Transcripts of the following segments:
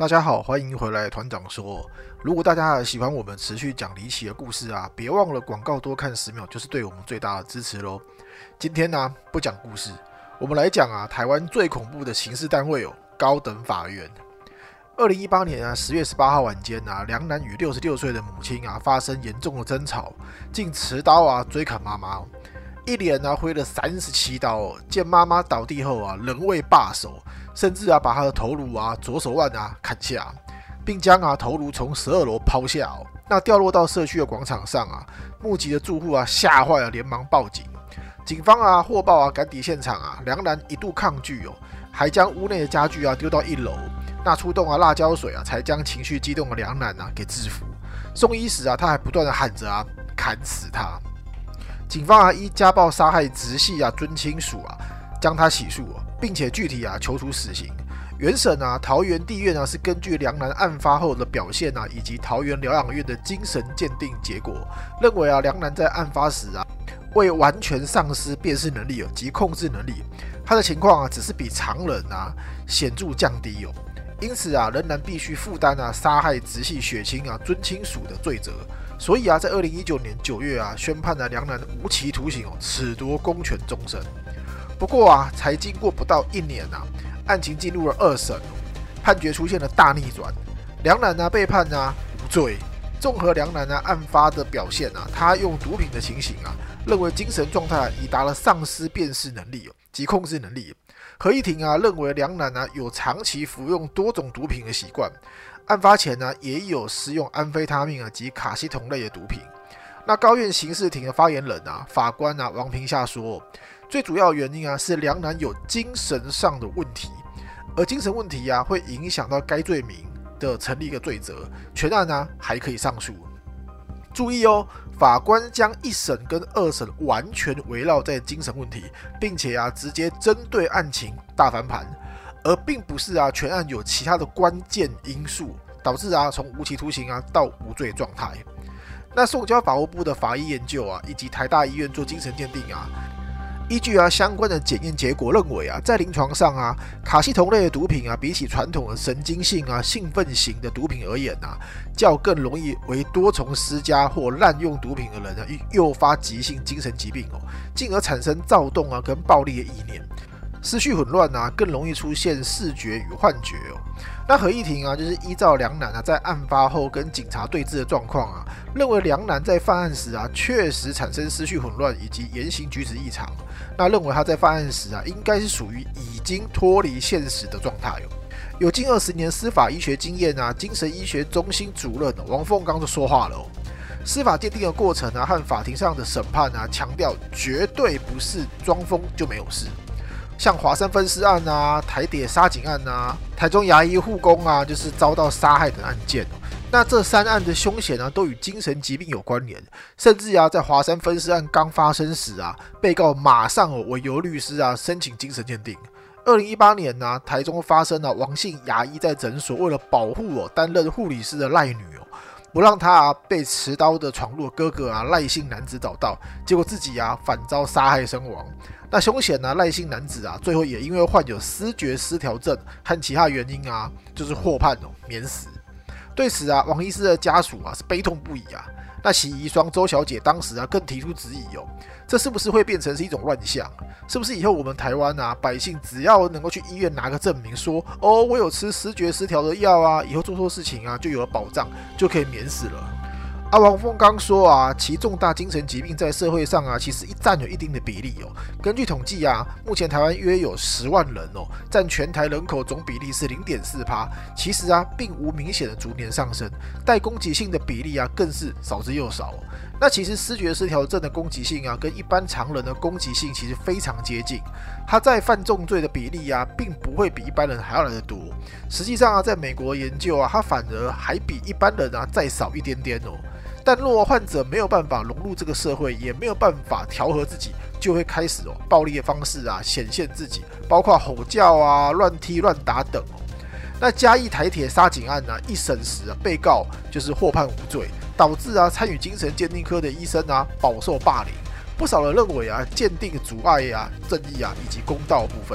大家好，欢迎回来团长说。如果大家喜欢我们持续讲离奇的故事啊，别忘了广告多看10秒，就是对我们最大的支持咯。今天呢，不讲故事，我们来讲台湾最恐怖的刑事单位高等法院。2018年10月18号晚间梁男与66岁的母亲发生严重的争吵，竟持刀追砍妈妈，一连挥了37刀，见妈妈倒地后仍未罢手，甚至把她的头颅左手腕砍下，并将头颅从12楼抛下那掉落到社区的广场上目击的住户吓坏了，连忙报警。警方获报赶抵现场梁男一度抗拒还将屋内的家具丢到1楼，那出动辣椒水才将情绪激动的梁男给制服。送医时他还不断的喊着砍死他。警方依家暴杀害直系尊亲属将他起诉并且具体求处死刑。原审桃园地院是根据梁男案发后的表现以及桃园疗养院的精神鉴定结果，认为梁男在案发时未完全丧失辨识能力及控制能力，他的情况只是比常人显著降低因此仍然必须负担杀害直系血亲尊亲属的罪责。所以在2019年9月宣判梁男无期徒刑褫夺公权终身。不过才经过不到1年案情进入了2审判决出现了大逆转，梁男被判无罪。综合梁男案发的表现他用毒品的情形认为精神状态已达了丧失辨识能力及控制能力。合议庭认为梁男有长期服用多种毒品的习惯，案发前也有施用安非他命及卡西酮类的毒品。那高院刑事庭的发言人法官王平夏说，最主要的原因是梁男有精神上的问题，而精神问题会影响到该罪名的成立一个罪责，全案还可以上诉。注意法官将1审跟2审完全围绕在精神问题，并且直接针对案情大翻盘，而并不是全案有其他的关键因素导致从无期徒刑到无罪状态。那送交法务部的法医研究以及台大医院做精神鉴定依据相关的检验结果认为在临床上卡西酮类的毒品比起传统的神经性兴奋型的毒品而言较更容易为多重施加或滥用毒品的人诱发急性精神疾病进而产生躁动跟暴力的意念，思绪混乱更容易出现视觉与幻觉那合议庭就是依照梁男在案发后跟警察对峙的状况认为梁男在犯案时确实产生思绪混乱以及言行举止异常，那认为他在犯案时应该是属于已经脱离现实的状态有近20年司法医学经验精神医学中心主任王凤刚就说话了司法鉴定的过程和法庭上的审判强调绝对不是装疯就没有事。像华山分尸案台铁杀警案台中牙医护工就是遭到杀害等案件那这3案的凶险都与精神疾病有关联，甚至在华山分尸案刚发生时被告马上委由律师申请精神鉴定。2018年台中发生王姓牙医在诊所为了保护担任护理师的赖女不让他被持刀的闯入哥哥赖姓男子找到，结果自己反遭杀害身亡。那凶险赖姓男子最后也因为患有思觉失调症和其他原因就是获判免死。对此王医师的家属是悲痛不已那其遗孀周小姐当时更提出质疑这是不是会变成是一种乱象？是不是以后我们台湾百姓只要能够去医院拿个证明说我有吃思觉失调的药以后做错事情就有了保障，就可以免死了。王凤刚说其重大精神疾病在社会上其实占有一定的比例根据统计目前台湾约有10万人占全台人口总比例是 0.4%， 其实并无明显的逐年上升，带攻击性的比例更是少之又少那其实思觉失调症的攻击性跟一般常人的攻击性其实非常接近，它在犯重罪的比例并不会比一般人还要来得多。实际上在美国研究它反而还比一般人再少一点点但若患者没有办法融入这个社会，也没有办法调和自己，就会开始暴力的方式显现自己，包括吼叫乱踢乱打等那嘉义台铁杀警案1审时被告就是获判无罪，导致参与精神鉴定科的医生饱受霸凌。不少人认为鉴定阻碍正义以及公道的部分。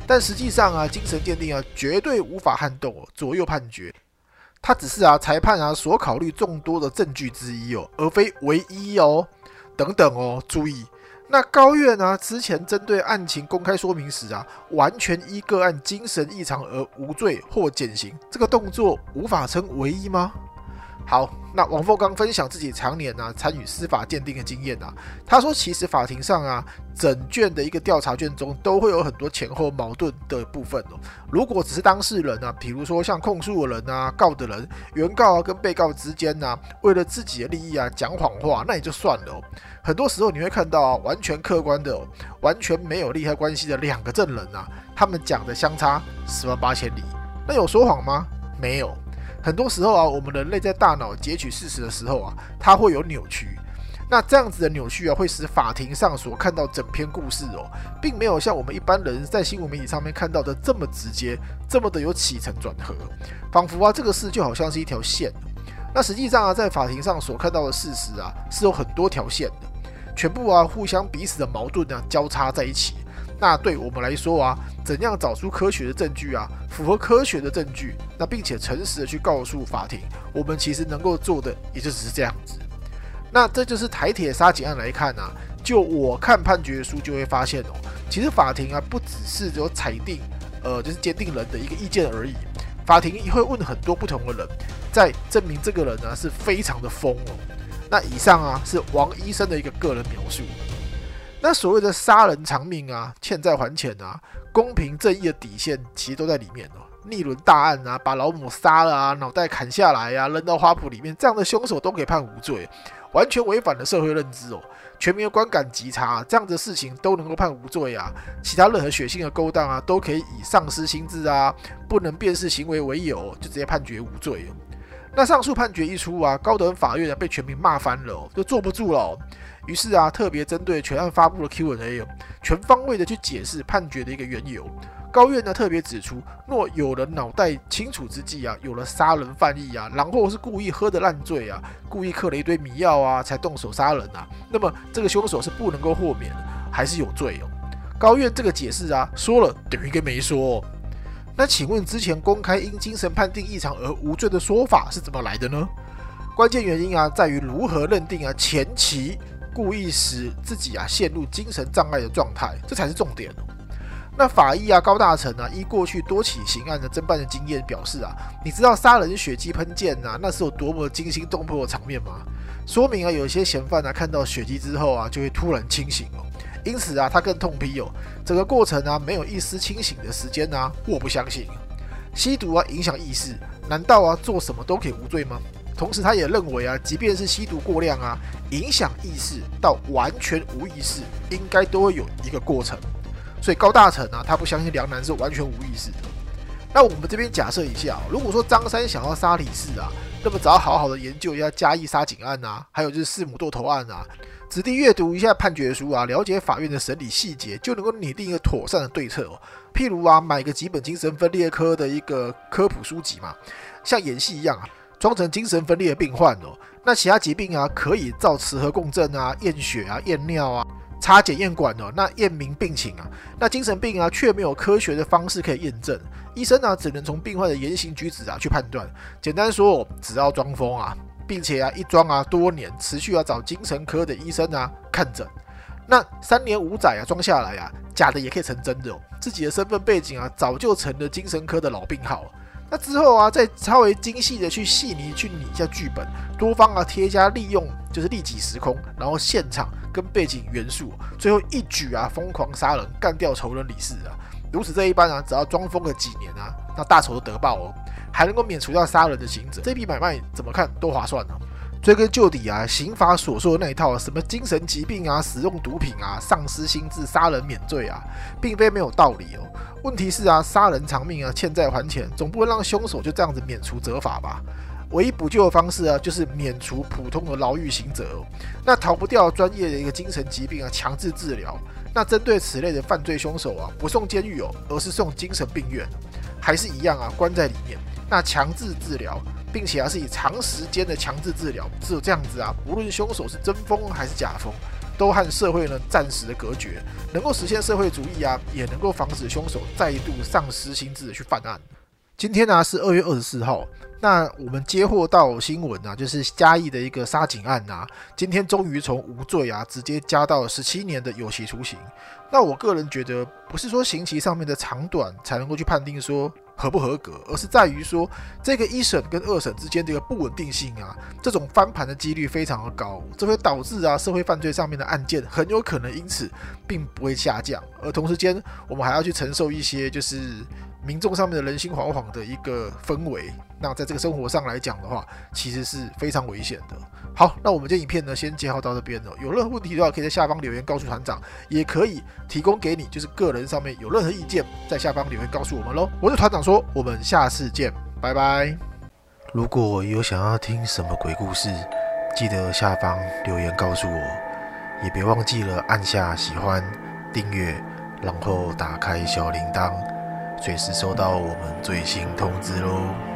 但实际上啊，精神鉴定啊绝对无法撼动左右判决，它只是裁判所考虑众多的证据之一而非唯一等等注意。那高院之前针对案情公开说明时完全依个案精神异常而无罪或减刑，这个动作无法称唯一吗？好，那王凤刚分享自己常年参与司法鉴定的经验他说其实法庭上整卷的一个调查卷中都会有很多前后矛盾的部分如果只是当事人比如说像控诉的人告的人、原告跟被告之间为了自己的利益讲谎话，那也就算了很多时候你会看到完全客观的完全没有利害关系的两个证人他们讲的相差10万8千里，那有说谎吗？没有。很多时候我们人类在大脑截取事实的时候它会有扭曲。那这样子的扭曲会使法庭上所看到整篇故事并没有像我们一般人在新闻媒体上面看到的这么直接，这么的有起承转合，仿佛这个事就好像是一条线。那实际上在法庭上所看到的事实是有很多条线的，全部互相彼此的矛盾交叉在一起。那对我们来说怎样找出科学的证据符合科学的证据，那并且诚实的去告诉法庭，我们其实能够做的也就只是这样子。那这就是台铁杀警案来看就我看判决书就会发现其实法庭不只是只有裁定就是鉴定人的一个意见而已，法庭会问很多不同的人，在证明这个人是非常的疯那以上是王医生的一个个人描述。那所谓的杀人偿命欠债还钱公平正义的底线其实都在里面逆伦大案把老母杀了脑袋砍下来扔到花圃里面，这样的凶手都可以判无罪，完全违反了社会认知全民的观感极差这样的事情都能够判无罪其他任何血腥的勾当都可以以丧失心智不能辨识行为为由就直接判决无罪那上述判决一出高等法院被全民骂翻了就坐不住了于是特别针对全案发布了 Q&A 全方位的去解释判决的一个缘由。高院特别指出，若有人脑袋清楚之际有了杀人犯意然后是故意喝得烂醉故意嗑了一堆迷药才动手杀人那么这个凶手是不能够豁免的，还是有罪高院这个解释说了等于跟没说那请问之前公开因精神判定异常而无罪的说法是怎么来的呢？关键原因在于如何认定前期故意使自己陷入精神障碍的状态，这才是重点那法医高大成依过去多起刑案的侦办的经验表示你知道杀人血迹喷溅那是有多么惊心动魄的场面吗？说明有些嫌犯看到血迹之后就会突然清醒因此他更痛批整个过程没有一丝清醒的时间我不相信。吸毒影响意识，难道做什么都可以无罪吗？同时他也认为即便是吸毒过量影响意识到完全无意识应该都会有一个过程，所以高大成他不相信梁男是完全无意识的。那我们这边假设一下如果说张三想要杀李四那么只要好好的研究一下嘉义杀警案还有就是弑母剁头案仔细阅读一下判决书了解法院的审理细节，就能够拟定一个妥善的对策譬如买个几本精神分裂科的一个科普书籍嘛，像演戏一样装成精神分裂的病患那其他疾病可以照磁核共振验血验尿插检验管那验明病情那精神病却没有科学的方式可以验证，医生只能从病患的言行举止去判断。简单说只要装疯并且一装多年，持续找精神科的医生看诊。那3年5载装下来假的也可以成真的自己的身份背景早就成了精神科的老病号。那之后再稍微精细的去细拟去拟一下剧本，多方贴加利用就是立己时空，然后现场跟背景元素，最后一举疯狂杀人，干掉仇人李四如此这一般只要装疯个几年那大仇都得报还能够免除掉杀人的刑责，这笔买卖怎么看都划算追根究底刑法所说的那一套什么精神疾病使用毒品丧失心智、杀人免罪并非没有道理问题是杀人偿命欠债还钱，总不会让凶手就这样子免除责罚吧？唯一补救的方式就是免除普通的牢狱刑责那逃不掉专业的一个精神疾病强制治疗。那针对此类的犯罪凶手不送监狱而是送精神病院，还是一样关在里面。那强制治疗，并且是以长时间的强制治疗，只有这样子无论凶手是真疯还是假疯， 都和社会呢暂时的隔绝，能够实现社会主义啊，也能够防止凶手再度丧失心智的去犯案。今天呢是2月24号，那我们接获到新闻啊，就是嘉义的一个杀警案啊，今天终于从无罪啊直接加到17年的有期徒刑。那我个人觉得，不是说刑期上面的长短才能够去判定说合不合格，而是在于说这个1审跟2审之间的一个不稳定性啊，这种翻盘的几率非常的高，这会导致啊社会犯罪上面的案件很有可能因此并不会下降，而同时间我们还要去承受一些就是民众上面的人心惶惶的一个氛围，那在这个生活上来讲的话，其实是非常危险的。好，那我们这影片呢，先介绍到这边了。有任何问题的话，可以在下方留言告诉团长，也可以提供给你，就是个人上面有任何意见，在下方留言告诉我们咯。我是团长说，我们下次见，拜拜。如果有想要听什么鬼故事，记得下方留言告诉我，也别忘记了按下喜欢、订阅，然后打开小铃铛，随时收到我们最新通知咯。